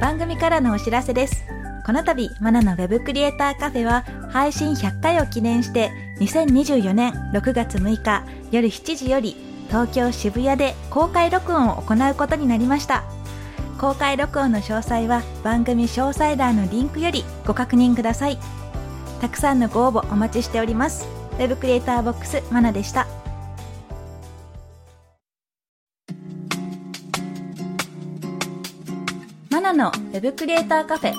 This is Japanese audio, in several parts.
番組からのお知らせです。この度マナのウェブクリエイターカフェは配信100回を記念して2024年6月6日夜7時より東京渋谷で公開録音を行うことになりました。公開録音の詳細は番組詳細欄のリンクよりご確認ください。たくさんのご応募お待ちしております。ウェブクリエイターボックスマナでした。マナのウェブクリエイターカフェ。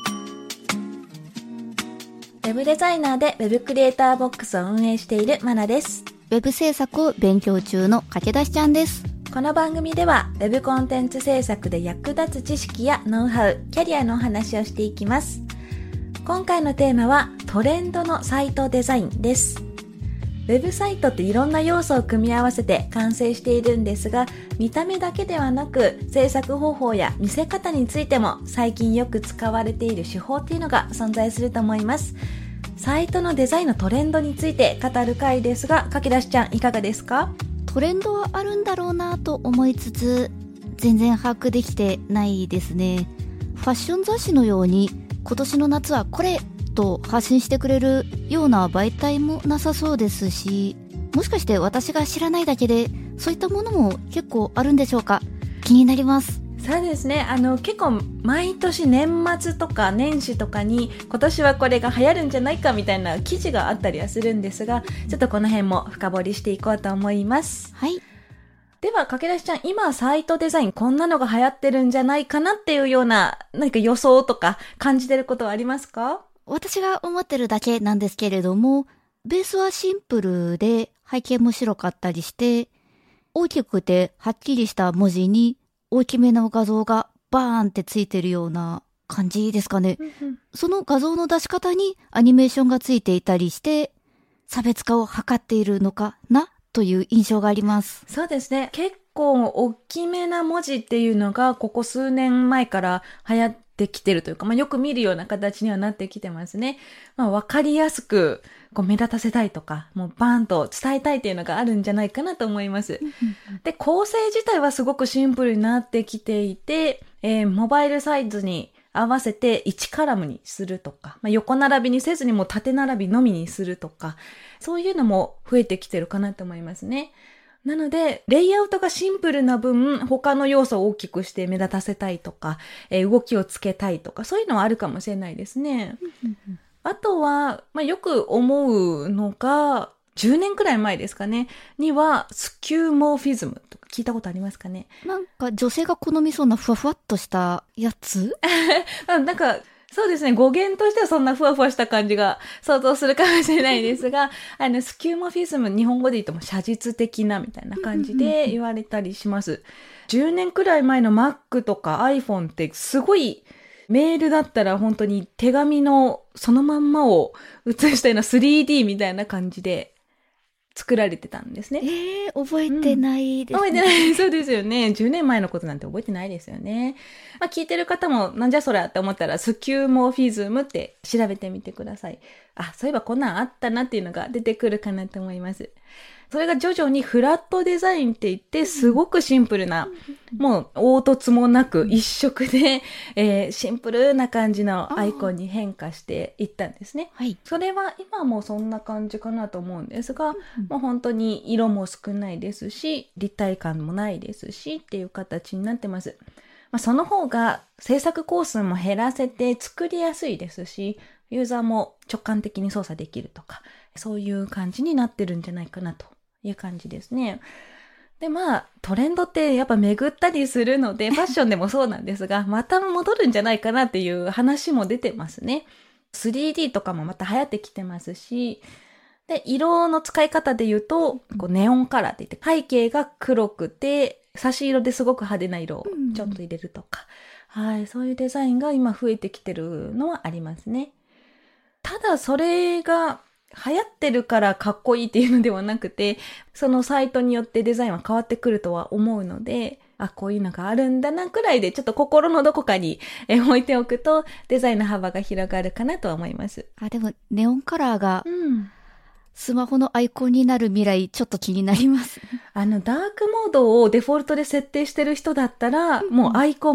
ウェブデザイナーでウェブクリエイターボックスを運営しているマナです。 ウェブ制作を勉強中の駆け出しちゃんです。 この番組ではウェブコンテンツ制作で役立つ知識やノウハウ、キャリアのお話をしていきます。今回のテーマはトレンドのサイトデザインです。ウェブサイトっていろんな要素を組み合わせて完成しているんですが、見た目だけではなく制作方法や見せ方についても最近よく使われている手法っていうのが存在すると思います。サイトのデザインのトレンドについて語る回ですが、駆け出しちゃんいかがですか？ トレンドはあるんだろうなと思いつつ全然把握できてないですね。ファッション雑誌のように今年の夏はこれと発信してくれるような媒体もなさそうですし、もしかして私が知らないだけでそういったものも結構あるんでしょうか？気になります。 そうですね。結構毎年年末とか年始とかに今年はこれが流行るんじゃないかみたいな記事があったりはするんですが、ちょっとこの辺も深掘りしていこうと思います。 はい。 では駆け出しちゃん、今サイトデザインこんなのが流行ってるんじゃないかなっていうような何か予想とか感じてることはありますか？ 私が思ってるだけなんですけれども、ベースはシンプルで背景も白かったりして、大きくてはっきりした文字に大きめの画像がバーンってついてるような感じですかね。その画像の出し方にアニメーションがついていたりして、差別化を図っているのかなという印象があります。 そうですね。結構大きめな文字っていうのがここ数年前から流行ってきてるというか、よく見るような形にはなってきてますね。わかりやすく目立たせたいとか、もうバーンと伝えたいっていうのがあるんじゃないかなと思います。で、構成自体はすごくシンプルになってきていて、モバイルサイズに合わせて1カラムにするとか、横並びにせずにもう縦並びのみにするとか、そういうのも増えてきてるかなと思いますね。なので、レイアウトがシンプルな分、他の要素を大きくして目立たせたいとか、動きをつけたいとか、そういうのはあるかもしれないですね。あとは、よく思うのが、10年くらい前ですかね、には、スキューモーフィズムとか聞いたことありますかね？ なんか女性が好みそうなふわふわっとしたやつなんか、そうですね。語源としてはそんなふわふわした感じが想像するかもしれないですが、スキューモフィズム、日本語で言うとも写実的なみたいな感じで言われたりします。10年くらい前の Mac とか iPhone ってすごいメールだったら本当に手紙のそのまんまを写したような 3D みたいな感じで作られてたんですね。 覚えてないですね。 覚えてない。そうですよね。10年前のことなんて覚えてないですよね。聞いてる方もなんじゃそりゃって思ったらスキューモーフィズムって調べてみてください。そういえばこんなんあったなっていうのが出てくるかなと思います。それが徐々にフラットデザインって言ってすごくシンプルな、もう凹凸もなく一色で、シンプルな感じのアイコンに変化していったんですね。 はい。 それは今もそんな感じかなと思うんですが、もう本当に色も少ないですし、立体感もないですしっていう形になってます。その方が制作工数も減らせて作りやすいですし、ユーザーも直感的に操作できるとか、そういう感じになってるんじゃないかなという感じですね。で、トレンドってやっぱ巡ったりするので、ファッションでもそうなんですが、また戻るんじゃないかなっていう話も出てますね。3D とかもまた流行ってきてますし、で、色の使い方で言うと、ネオンカラーって言って、背景が黒くて、差し色ですごく派手な色をちょっと入れるとか、はい、そういうデザインが今増えてきてるのはありますね。ただそれが流行ってるからかっこいいっていうのではなくて、そのサイトによってデザインは変わってくるとは思うので、こういうのがあるんだなくらいでちょっと心のどこかに置いておくとデザインの幅が広がるかなとは思います。 でもネオンカラーがスマホのアイコンになる未来ちょっと気になります。 ダークモードをデフォルトで設定してる人だったら、もうアイコンも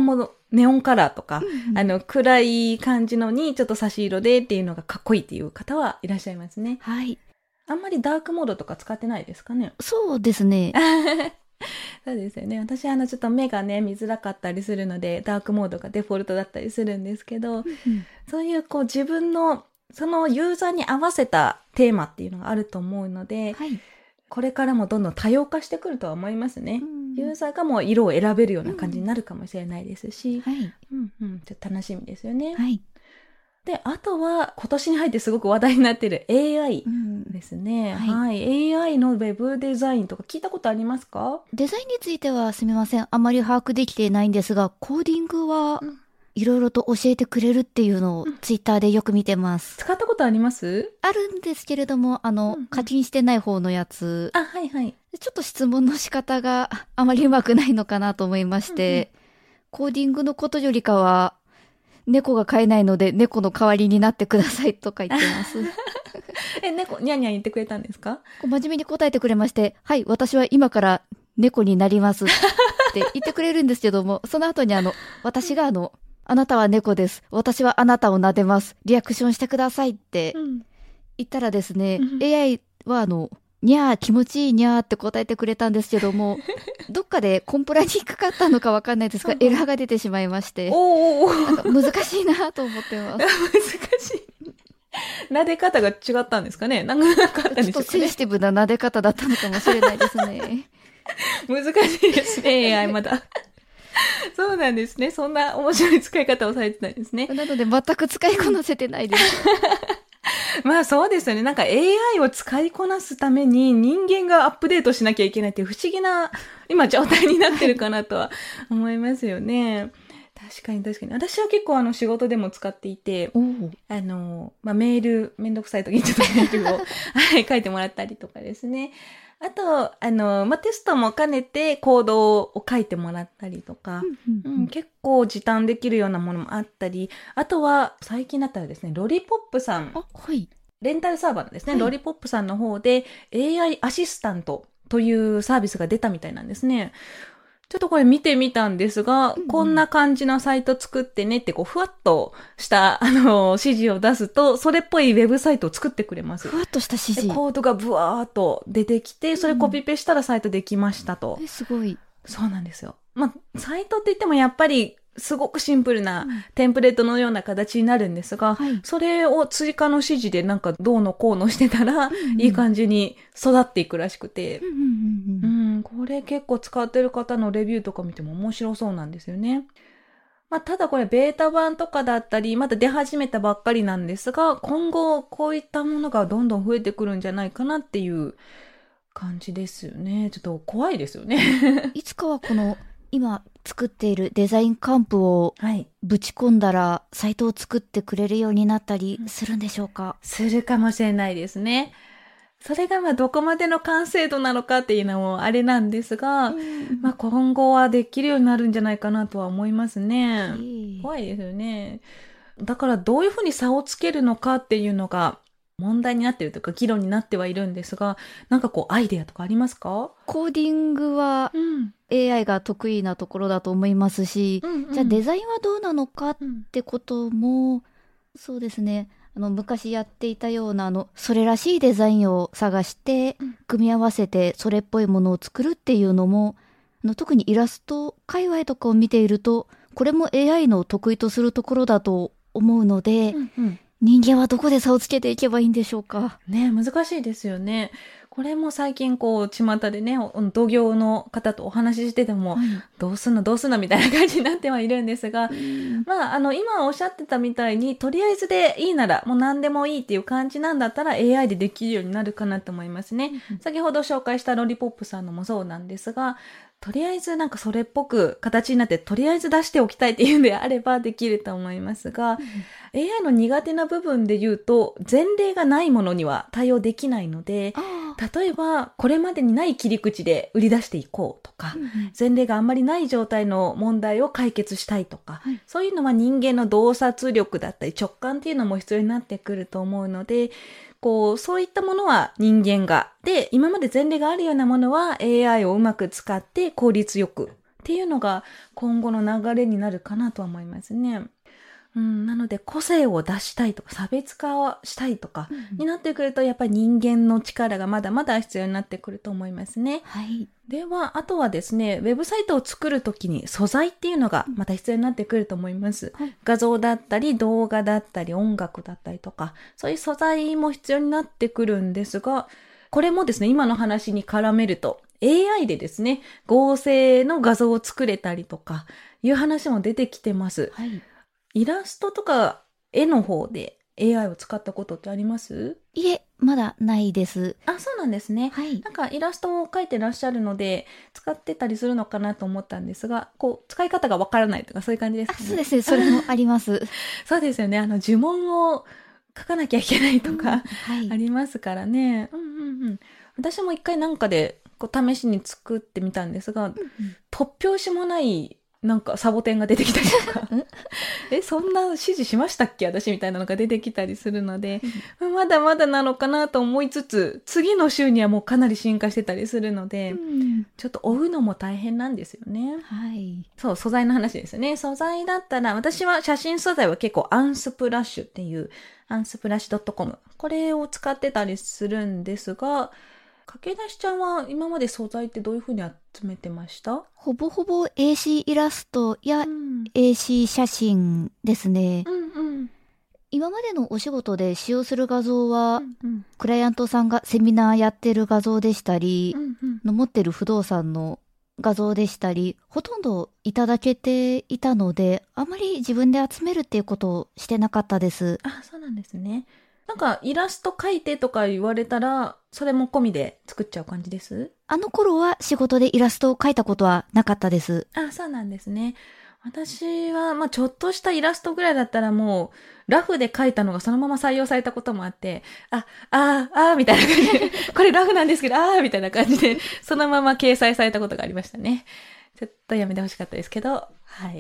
ネオンカラーとか、 うん暗い感じのにちょっと差し色でっていうのがかっこいいっていう方はいらっしゃいますね。 はい。 あんまりダークモードとか使ってないですかね。 そうですね。 そうですよね。私ちょっと目がね、見づらかったりするので、ダークモードがデフォルトだったりするんですけど、 うんそういう自分の、そのユーザーに合わせたテーマっていうのがあると思うので、 はい。 これからもどんどん多様化してくるとは思いますね。 うんユーザーがもう色を選べるような感じになるかもしれないですし、 はい。 ちょっと楽しみですよね。 はい。 で、あとは今年に入ってすごく話題になっている AI うんですね。 はいはい。AI のウェブデザインとか聞いたことありますか？ デザインについてはすみません。あまり把握できてないんですが、コーディングはうんいろいろと教えてくれるっていうのをツイッターでよく見てます。 使ったことあります？ あるんですけれども、 うん課金してない方のやつ。 あ、はいはい。 ちょっと質問の仕方があまりうまくないのかなと思いまして、コーディングのことよりかは、猫が飼えないので猫の代わりになってくださいとか言ってます。 猫、ニャンニャン言ってくれたんですか？ 真面目に答えてくれまして、はい、私は今から猫になりますって言ってくれるんですけども、その後に私があなたは猫です。私はあなたを撫でます。リアクションしてくださいってうん。 言ったらですね、 うん AI はにゃー気持ちいいにゃーって答えてくれたんですけども、どっかでコンプラに引っかかったのかわかんないですが、エラーが出てしまいまして、 おー。 なんか難しいなと思ってます。 難しい。撫で方が違ったんですかね？なんかあったんちょっとでしょうかね？ センシティブな撫で方だったのかもしれないですね。 難しいですね、AI まだ。そうなんですね。そんな面白い使い方をされてたんですね。 なので全く使いこなせてないです。 まあそうですよね。なんか AI を使いこなすために人間がアップデートしなきゃいけないっていう不思議な今状態になってるかなとは思いますよね。確かに確かに。私は結構仕事でも使っていて、 おお。 メール、めんどくさい時にちょっとメールを、はい、書いてもらったりとかですね。あと、テストも兼ねてコードを書いてもらったりとか、結構時短できるようなものもあったり、あとは最近だったらですね、ロリポップさん、 あ、はい。 レンタルサーバーのですね、 はいロリポップさんの方で AI アシスタントというサービスが出たみたいなんですね。ちょっとこれ見てみたんですが、こんな感じのサイト作ってねってふわっとした指示を出すと、それっぽいウェブサイトを作ってくれます。 ふわっとした指示。 コードがブワーっと出てきて、それコピペしたらサイトできましたと。 すごい。 そうなんですよ。サイトって言ってもやっぱりすごくシンプルなテンプレートのような形になるんですが、 はいそれを追加の指示でなんかどうのこうのしてたら、いい感じに育っていくらしくて、これ結構使ってる方のレビューとか見ても面白そうなんですよね。ただこれベータ版とかだったり、まだ出始めたばっかりなんですが、今後こういったものがどんどん増えてくるんじゃないかなっていう感じですよね。ちょっと怖いですよね。 いつかは今作っているデザインカンプをはい。 ぶち込んだらサイトを作ってくれるようになったりするんでしょうか？ するかもしれないですね。それがどこまでの完成度なのかっていうのもあれなんですが、今後はできるようになるんじゃないかなとは思いますね。怖いですよね。だからどういうふうに差をつけるのかっていうのが問題になってるというか議論になってはいるんですが、なんかアイデアとかありますか？ コーディングは AI が得意なところだと思いますし、じゃあデザインはどうなのかってことも、そうですね。昔やっていたようなそれらしいデザインを探して、組み合わせてそれっぽいものを作るっていうのも、特にイラスト界隈とかを見ていると、これも AI の得意とするところだと思うので、人間はどこで差をつけていけばいいんでしょうか？ ね、難しいですよね。これも最近巷でね、同業の方とお話ししてても、どうすんのみたいな感じになってはいるんですが、今おっしゃってたみたいに、とりあえずでいいなら、もう何でもいいっていう感じなんだったら AI でできるようになるかなと思いますね。先ほど紹介したロリポップさんのもそうなんですが、とりあえずなんかそれっぽく形になって、とりあえず出しておきたいっていうんであればできると思いますが、AI の苦手な部分で言うと、前例がないものには対応できないので、例えばこれまでにない切り口で売り出していこうとか、前例があんまりない状態の問題を解決したいとか、そういうのは人間の洞察力だったり直感っていうのも必要になってくると思うので、そういったものは人間が、で、今まで前例があるようなものは AI をうまく使って効率よくっていうのが今後の流れになるかなとは思いますね。なので個性を出したいとか差別化をしたいとかになってくると、やっぱり人間の力がまだまだ必要になってくると思いますね。 はい。 では、あとはですね、ウェブサイトを作るときに素材っていうのがまた必要になってくると思います。 はい、 画像だったり動画だったり音楽だったりとか、そういう素材も必要になってくるんですが、これもですね、今の話に絡めると AI でですね、合成の画像を作れたりとかいう話も出てきてます。 はい。 イラストとか絵の方で AI を使ったことってあります？ いえ、まだないです。 あ、そうなんですね。 はい。 なんかイラストを描いてらっしゃるので使ってたりするのかなと思ったんですが、こう使い方がわからないとかそういう感じですかね。 そうですね。それもあります。 そうですよね。呪文を書かなきゃいけないとか、 はい。 ありますからね。私も一回なんかでこう試しに作ってみたんですが、突拍子もないなんかサボテンが出てきたりとかそんな指示しましたっけ私みたいなのが出てきたりするので、まだまだなのかなと思いつつ、次の週にはもうかなり進化してたりするので、ちょっと追うのも大変なんですよね。 はい。 そう、素材の話ですよね。素材だったら、私は写真素材は結構アンスプラッシュっていうアンスプラッシュ .com、 これを使ってたりするんですが、駆け出しちゃんは今まで素材ってどういう風に集めてました？ ほぼほぼ AC イラストや AC 写真ですね。今までのお仕事で使用する画像は、クライアントさんがセミナーやってる画像でしたり、持ってる不動産の画像でしたり、ほとんどいただけていたので、あまり自分で集めるっていうことをしてなかったです。 あ、そうなんですね。なんかイラスト描いてとか言われたら、それも込みで作っちゃう感じです？ あの頃は仕事でイラストを描いたことはなかったです。 あ、そうなんですね。私は、ちょっとしたイラストぐらいだったらもう、ラフで描いたのがそのまま採用されたこともあって、みたいな感じで、これラフなんですけど、みたいな感じで、そのまま掲載されたことがありましたね。ちょっとやめてほしかったですけど、はい。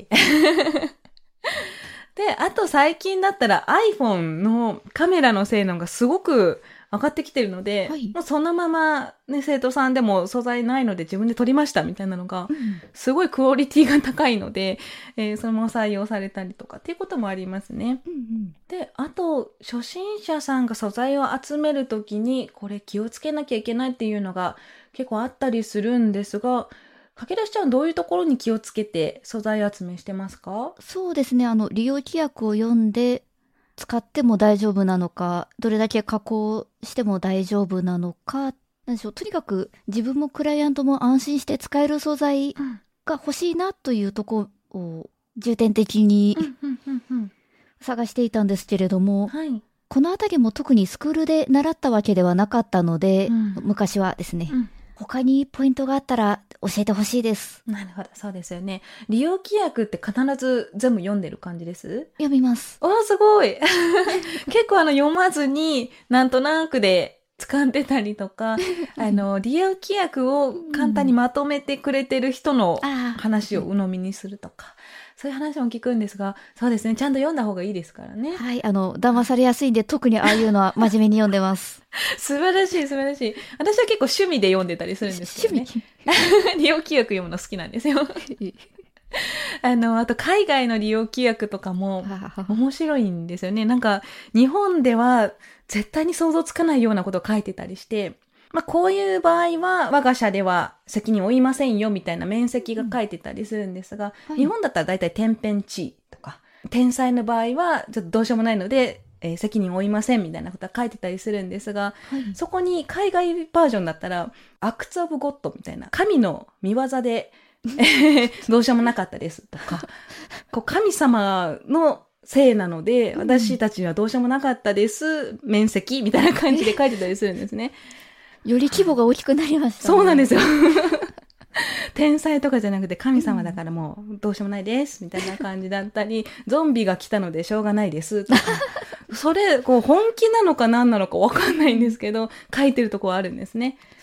で、あと最近だったら iPhone のカメラの性能がすごく上がってきてるので、 はい、 もうそのままね、生徒さんでも素材ないので自分で撮りましたみたいなのが、すごいクオリティが高いので、そのまま採用されたりとかっていうこともありますね。で、あと、初心者さんが素材を集めるときに、これ気をつけなきゃいけないっていうのが結構あったりするんですが、駆け出しちゃんどういうところに気をつけて素材集めしてますか？ そうですね。利用規約を読んで使っても大丈夫なのか、どれだけ加工しても大丈夫なのか、なんでしょう。とにかく自分もクライアントも安心して使える素材が欲しいなというところを重点的に探していたんですけれども、 はい、 このあたりも特にスクールで習ったわけではなかったので、昔はですね、他にポイントがあったら教えてほしいです。 なるほど、そうですよね。利用規約って必ず全部読んでる感じです？ 読みます。 おー、すごい結構読まずになんとなくで使ってたりとか利用規約を簡単にまとめてくれてる人の話を鵜呑みにするとか、そういう話も聞くんですが、そうですね、ちゃんと読んだ方がいいですからね。 はい、騙されやすいんで、特にああいうのは真面目に読んでます。 素晴らしい、素晴らしい。私は結構趣味で読んでたりするんですけどね。利用規約読むの好きなんですよ。あと海外の利用規約とかも面白いんですよね。なんか日本では絶対に想像つかないようなことを書いてたりして、こういう場合は我が社では責任を負いませんよみたいな面積が書いてたりするんですが、日本だったらだいたい天変地異とか、天才の場合はちょっとどうしようもないので、責任を負いませんみたいなことは書いてたりするんですが、そこに海外バージョンだったらアクツ・オブ・ゴッドみたいな、神の見業でどうしようもなかったですとか、こう神様のせいなので私たちにはどうしようもなかったです、面積みたいな感じで書いてたりするんですね。 より規模が大きくなりましたね。 そうなんですよ天才とかじゃなくて神様だからもうどうしようもないですみたいな感じだったり、ゾンビが来たのでしょうがないですとかそれこう本気なのか何なのか分かんないんですけど書いてるとこはあるんですね。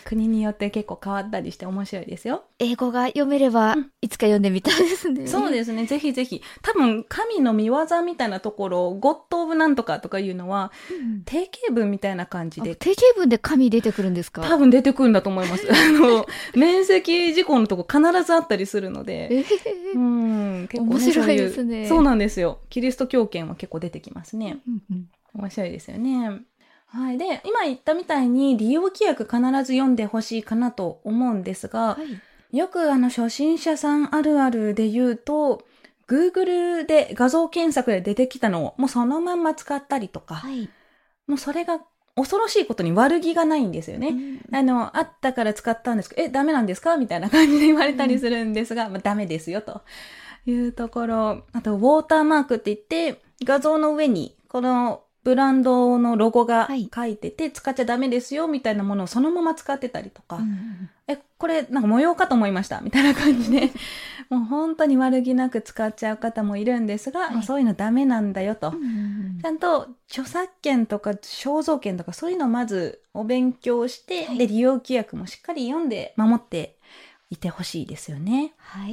国によって結構変わったりして面白いですよ。 英語が読めれば、いつか読んでみたいですね。 そうですね。ぜひぜひ。多分、神の見業みたいなところ、ゴッド・オブ・なんとかとかいうのは、定型文みたいな感じで。 定型文で神出てくるんですか？ 多分出てくるんだと思います。面積事項のとこ必ずあったりするので。結構、ね、 面白いですね。 そうなんですよ。キリスト教圏は結構出てきますね。面白いですよね。はい。で、今言ったみたいに利用規約必ず読んでほしいかなと思うんですが、よく初心者さんあるあるで言うと、Google で画像検索で出てきたのをもうそのまんま使ったりとか、もうそれが恐ろしいことに悪気がないんですよね。あったから使ったんですけど、ダメなんですかみたいな感じで言われたりするんですが、ダメですよというところ。あと、ウォーターマークって言って、画像の上にこのブランドのロゴが書いてて、使っちゃダメですよみたいなものをそのまま使ってたりとか、これなんか模様かと思いましたみたいな感じで、もう本当に悪気なく使っちゃう方もいるんですが、そういうのダメなんだよと。ちゃんと著作権とか肖像権とかそういうのをまずお勉強して、で、利用規約もしっかり読んで守っていてほしいですよね。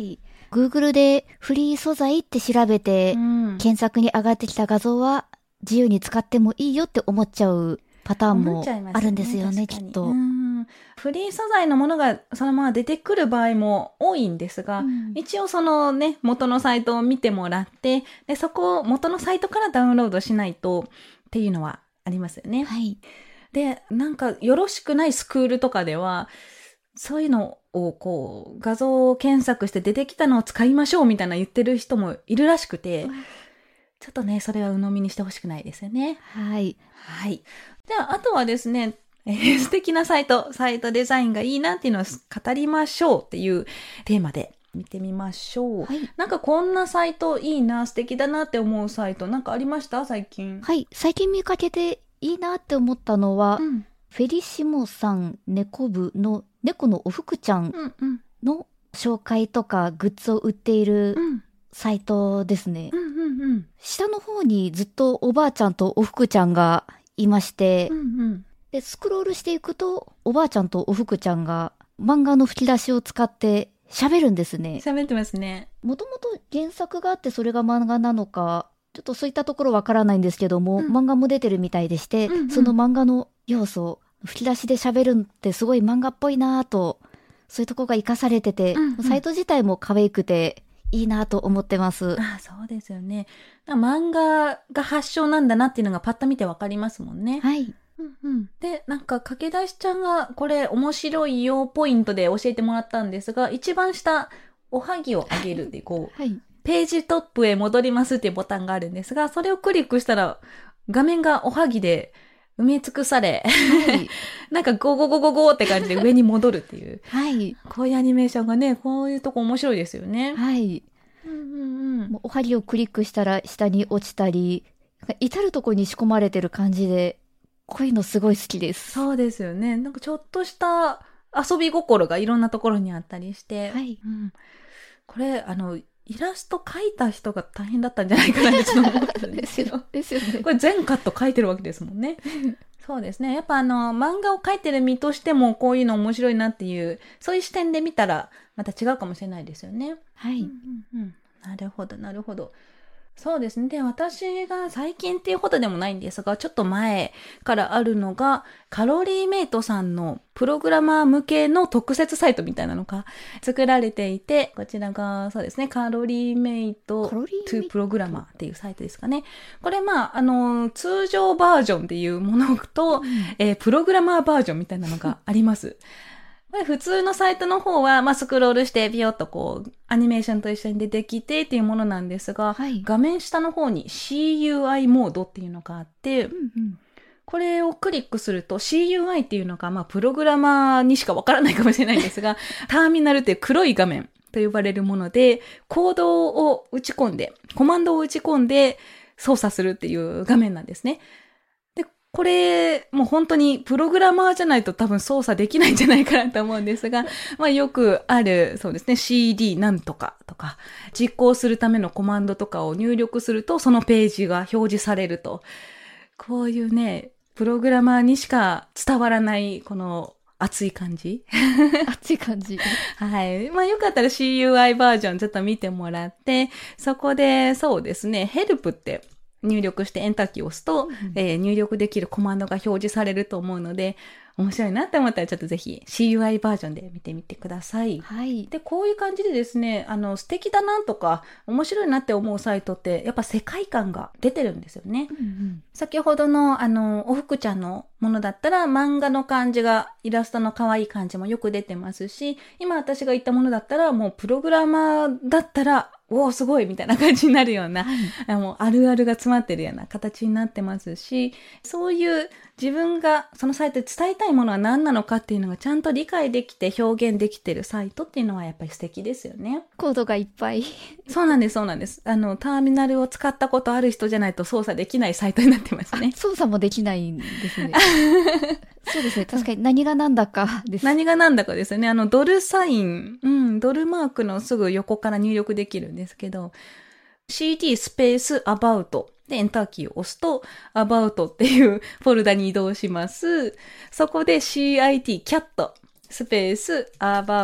Google でフリー素材って調べて、検索に上がってきた画像は自由に使ってもいいよって思っちゃうパターンもあるんですよね、きっと。 フリー素材のものがそのまま出てくる場合も多いんですが、一応そのね、元のサイトを見てもらって、で、そこを元のサイトからダウンロードしないとっていうのはありますよね。で、なんかよろしくないスクールとかでは、そういうのを画像検索して出てきたのを使いましょうみたいな言ってる人もいるらしくて、ちょっとね、それは鵜呑みにしてほしくないですよね。では、あとはですね、素敵なサイトデザインがいいなっていうのを語りましょうっていうテーマで見てみましょう。なんかこんなサイトいいな、素敵だなって思うサイトなんかありました最近？ 最近見かけていいなって思ったのは、フェリシモさん猫部の猫のおふくちゃんの紹介とかグッズを売っているサイトですね。下の方にずっとおばあちゃんとおふくちゃんがいまして、でスクロールしていくとおばあちゃんとおふくちゃんが漫画の吹き出しを使って喋るんですね。 喋ってますね。 もともと原作があってそれが漫画なのかちょっとそういったところわからないんですけども、漫画も出てるみたいでして、その漫画の要素吹き出しで喋るってすごい漫画っぽいなぁと、そういうところが活かされてて、サイト自体も可愛くていいなと思ってます。 そうですよね。漫画が発祥なんだなっていうのがパッと見てわかりますもんね。で、なんか駆け出しちゃんがこれ面白いよポイントで教えてもらったんですが、一番下おはぎをあげるってページトップへ戻りますっていうボタンがあるんですが、それをクリックしたら画面がおはぎで埋め尽くされ、なんかゴゴゴゴゴって感じで上に戻るっていう。こういうアニメーションがね、こういうとこ面白いですよね。 おはぎをクリックしたら下に落ちたり、至るところに仕込まれてる感じで、こういうのすごい好きです。 そうですよね。なんかちょっとした遊び心がいろんなところにあったりして。これ、イラスト描いた人が大変だったんじゃないかなってちょっと思ってるんですけど。 ですよね。 これ全カット描いてるわけですもんね。そうですね。やっぱ漫画を描いてる身としてもこういうの面白いなっていう、そういう視点で見たらまた違うかもしれないですよね。なるほど、なるほど。そうですね。で、私が最近っていうほどでもないんですが、ちょっと前からあるのが、カロリーメイトさんのプログラマー向けの特設サイトみたいなのが作られていて、こちらがそうですね、カロリーメイトトゥプログラマーっていうサイトですかね。これ通常バージョンっていうものと、プログラマーバージョンみたいなのがあります。普通のサイトの方は、スクロールしてビヨッとアニメーションと一緒に出てきてっていうものなんですが、画面下の方に CUI モードっていうのがあって、これをクリックすると CUI っていうのが、プログラマーにしかわからないかもしれないんですが、ターミナルっていう黒い画面と呼ばれるもので、コマンドを打ち込んで操作するっていう画面なんですね。これ、もう本当にプログラマーじゃないと多分操作できないんじゃないかなと思うんですが、よくある、そうですね、CD なんとかとか、実行するためのコマンドとかを入力すると、そのページが表示されると。こういうね、プログラマーにしか伝わらない、この熱い感じ。 熱い感じ。 はい。まあよかったら CUI バージョンちょっと見てもらって、そこでそうですね、ヘルプって入力してエンターキーを押すと、入力できるコマンドが表示されると思うので、面白いなって思ったらちょっとぜひ CUI バージョンで見てみてください。 はい。 で、こういう感じでですね、素敵だなとか、面白いなって思うサイトって、やっぱ世界観が出てるんですよね。先ほどの、おふくちゃんのものだったら、漫画の感じが、イラストの可愛い感じもよく出てますし、今私が言ったものだったら、もうプログラマーだったら、おーすごいみたいな感じになるような、もうあるあるが詰まってるような形になってますし、そういう自分がそのサイトで伝えたいものは何なのかっていうのがちゃんと理解できて表現できてるサイトっていうのはやっぱり素敵ですよね。 コードがいっぱい。 そうなんです、そうなんです。ターミナルを使ったことある人じゃないと操作できないサイトになってますね。 操作もできないんですね。そうですね。確かに何が何だかです。 何が何だかですよね。ドルサイン、ドルマークのすぐ横から入力できるんですけど、cd スペース about でエンターキーを押すと about っていうフォルダに移動します。そこで cat スペース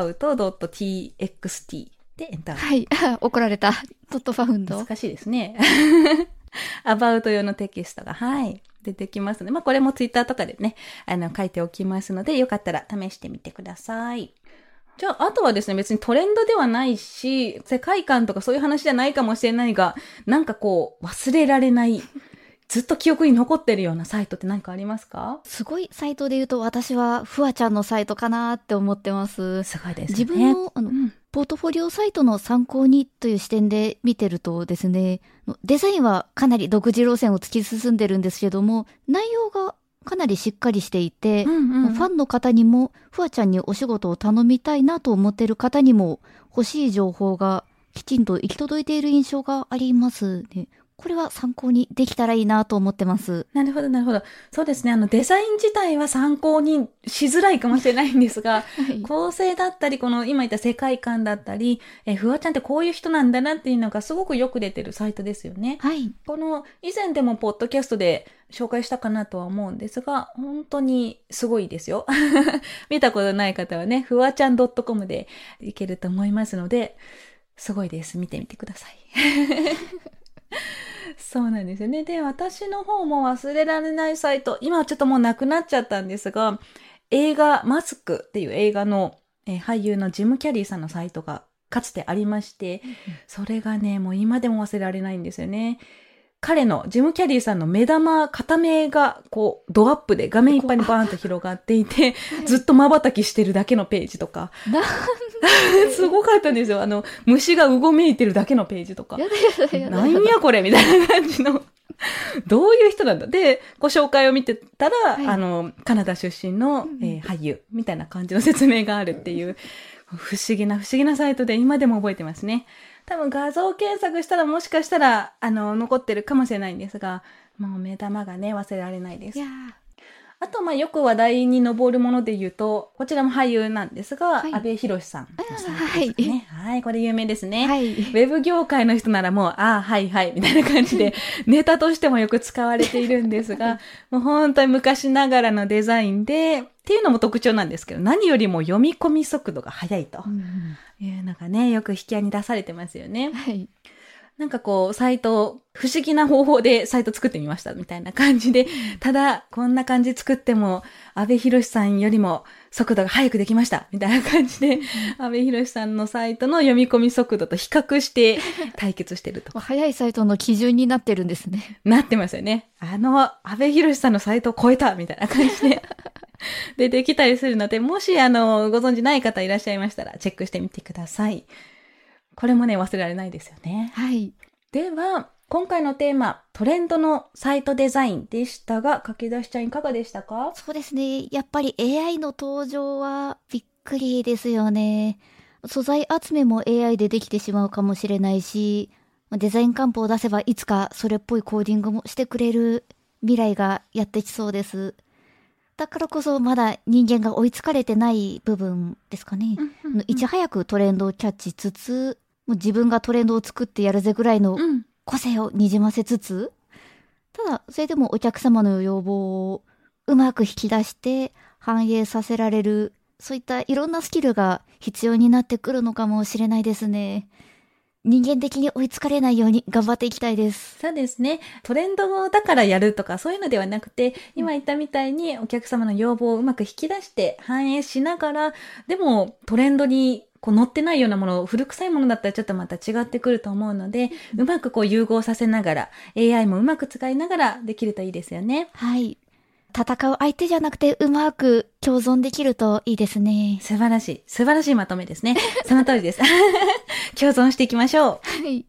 about.txt でエンターキー。 はい。怒られた。ドットファウンド。 難しいですね。about 用のテキストが、はい、出てきますので、まあこれもツイッターとかでね、書いておきますので、よかったら試してみてください。じゃあ、あとはですね、別にトレンドではないし、世界観とかそういう話じゃないかもしれないが、なんかこう、忘れられない、ずっと記憶に残ってるようなサイトって何かありますか？ すごいサイトで言うと、私はフワちゃんのサイトかなって思ってます。 すごいですね。 自分の、ポートフォリオサイトの参考にという視点で見てるとですね、デザインはかなり独自路線を突き進んでるんですけども、内容がかなりしっかりしていて、ファンの方にも、フワちゃんにお仕事を頼みたいなと思っている方にも、欲しい情報がきちんと行き届いている印象がありますね。これは参考にできたらいいなと思ってます。 なるほど、なるほど。そうですね。デザイン自体は参考にしづらいかもしれないんですが、はい、構成だったり、この今言った世界観だったり、フワちゃんってこういう人なんだなっていうのがすごくよく出てるサイトですよね。 はい。 この以前でもポッドキャストで紹介したかなとは思うんですが、本当にすごいですよ。見たことない方はね、ふわちゃん .com でいけると思いますので、すごいです。見てみてください。そうなんですよね。で、私の方も忘れられないサイト、今はちょっともうなくなっちゃったんですが、映画マスクっていう映画の、俳優のジム・キャリーさんのサイトがかつてありまして、それがね、もう今でも忘れられないんですよね。彼の、ジム・キャリーさんの目玉、片目が、こう、ドアップで画面いっぱいにバーンと広がっていて、ずっと瞬きしてるだけのページとか。すごかったんですよ。虫がうごめいてるだけのページとか。なんやこれみたいな感じの。どういう人なんだ。で、ご紹介を見てたら、はい、カナダ出身の、俳優みたいな感じの説明があるっていう、不思議なサイトで今でも覚えてますね。多分画像検索したらもしかしたら、残ってるかもしれないんですが、もう目玉がね、忘れられないです。あと、よく話題に上るもので言うと、こちらも俳優なんですが、阿部寛さんのサイトですね。はい、これ有名ですね。はい、ウェブ業界の人ならもう、はいはい、みたいな感じで、ネタとしてもよく使われているんですが、もう本当に昔ながらのデザインで、っていうのも特徴なんですけど、何よりも読み込み速度が速いというのがね、よく引き合いに出されてますよね。はい。なんかこう、サイト、不思議な方法でサイト作ってみましたみたいな感じで、ただ、こんな感じ作っても、阿部寛さんよりも速度が速くできましたみたいな感じで、阿部寛さんのサイトの読み込み速度と比較して対決してると。 速いサイトの基準になってるんですね。 なってますよね。阿部寛さんのサイトを超えたみたいな感じで。出てきたりするので、もしご存知ない方いらっしゃいましたら、チェックしてみてください。これもね、忘れられないですよね。 はい。 では、今回のテーマ、トレンドのサイトデザインでしたが、駆け出しちゃんいかがでしたか？ そうですね。やっぱり AI の登場はびっくりですよね。素材集めも AI でできてしまうかもしれないし、デザインカンプを出せばいつかそれっぽいコーディングもしてくれる未来がやってきそうです。だからこそまだ人間が追いつかれてない部分ですかね。いち早くトレンドをキャッチつつ、もう自分がトレンドを作ってやるぜぐらいの個性をにじませつつ、ただそれでもお客様の要望をうまく引き出して反映させられる、そういったいろんなスキルが必要になってくるのかもしれないですね。人間的に追いつかれないように頑張っていきたいです。 そうですね。トレンドだからやるとかそういうのではなくて、今言ったみたいにお客様の要望をうまく引き出して反映しながら、でもトレンドに乗ってないようなもの、古臭いものだったらちょっとまた違ってくると思うので、うまく融合させながら、AI もうまく使いながらできるといいですよね。 はい。戦う相手じゃなくてうまく共存できるといいですね。 素晴らしいまとめですね。その通りです。共存していきましょう。はい。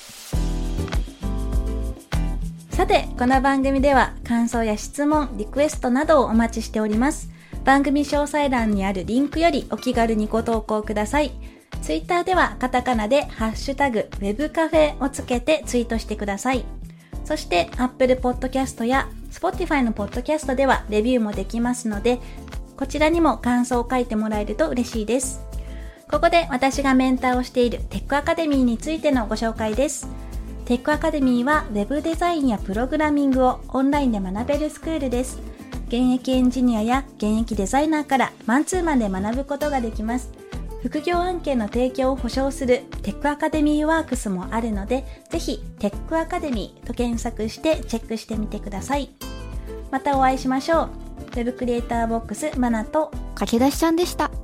さて、この番組では感想や質問、リクエストなどをお待ちしております。番組詳細欄にあるリンクよりお気軽にご投稿ください。ツイッターではカタカナでハッシュタグウェブカフェをつけてツイートしてください。そして Apple Podcast や Spotify のポッドキャストではレビューもできますので、こちらにも感想を書いてもらえると嬉しいです。ここで私がメンターをしているテックアカデミーについてのご紹介です。テックアカデミーはウェブデザインやプログラミングをオンラインで学べるスクールです。現役エンジニアや現役デザイナーからマンツーマンで学ぶことができます。副業案件の提供を保証するテックアカデミーワークスもあるので、ぜひテックアカデミーと検索してチェックしてみてください。またお会いしましょう。ウェブクリエイターボックスマナと駆け出しちゃんでした。